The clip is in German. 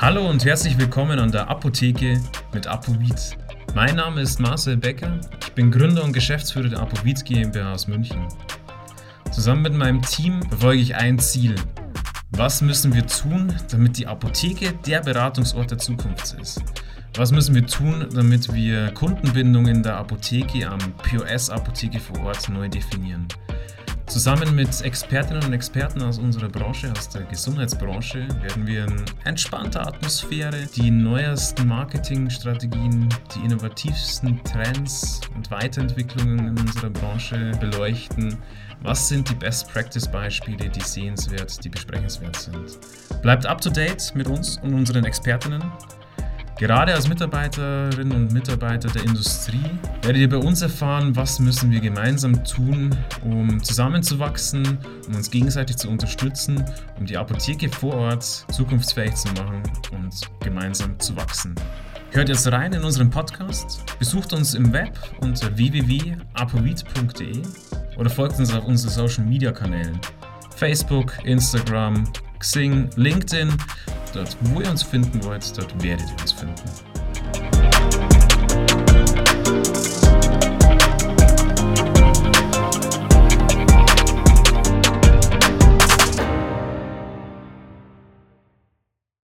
Hallo und herzlich willkommen an der Apotheke mit Apovid. Mein Name ist Marcel Becker, ich bin Gründer und Geschäftsführer der Apovid GmbH aus München. Zusammen mit meinem Team verfolge ich ein Ziel. Was müssen wir tun, damit die Apotheke der Beratungsort der Zukunft ist? Was müssen wir tun, damit wir Kundenbindung in der Apotheke am POS-Apotheke vor Ort neu definieren? Zusammen mit Expertinnen und Experten aus unserer Branche, aus der Gesundheitsbranche, werden wir in entspannter Atmosphäre die neuesten Marketingstrategien, die innovativsten Trends und Weiterentwicklungen in unserer Branche beleuchten. Was sind die Best-Practice-Beispiele, die sehenswert, die besprechenswert sind? Bleibt up-to-date mit uns und unseren Expertinnen. Gerade als Mitarbeiterinnen und Mitarbeiter der Industrie werdet ihr bei uns erfahren, was müssen wir gemeinsam tun, um zusammenzuwachsen, um uns gegenseitig zu unterstützen, um die Apotheke vor Ort zukunftsfähig zu machen und gemeinsam zu wachsen. Hört jetzt rein in unseren Podcast, besucht uns im Web unter www.apovid.de oder folgt uns auf unseren Social Media Kanälen: Facebook, Instagram, Xing, LinkedIn. Dort, wo ihr uns finden wollt, dort werdet ihr uns finden.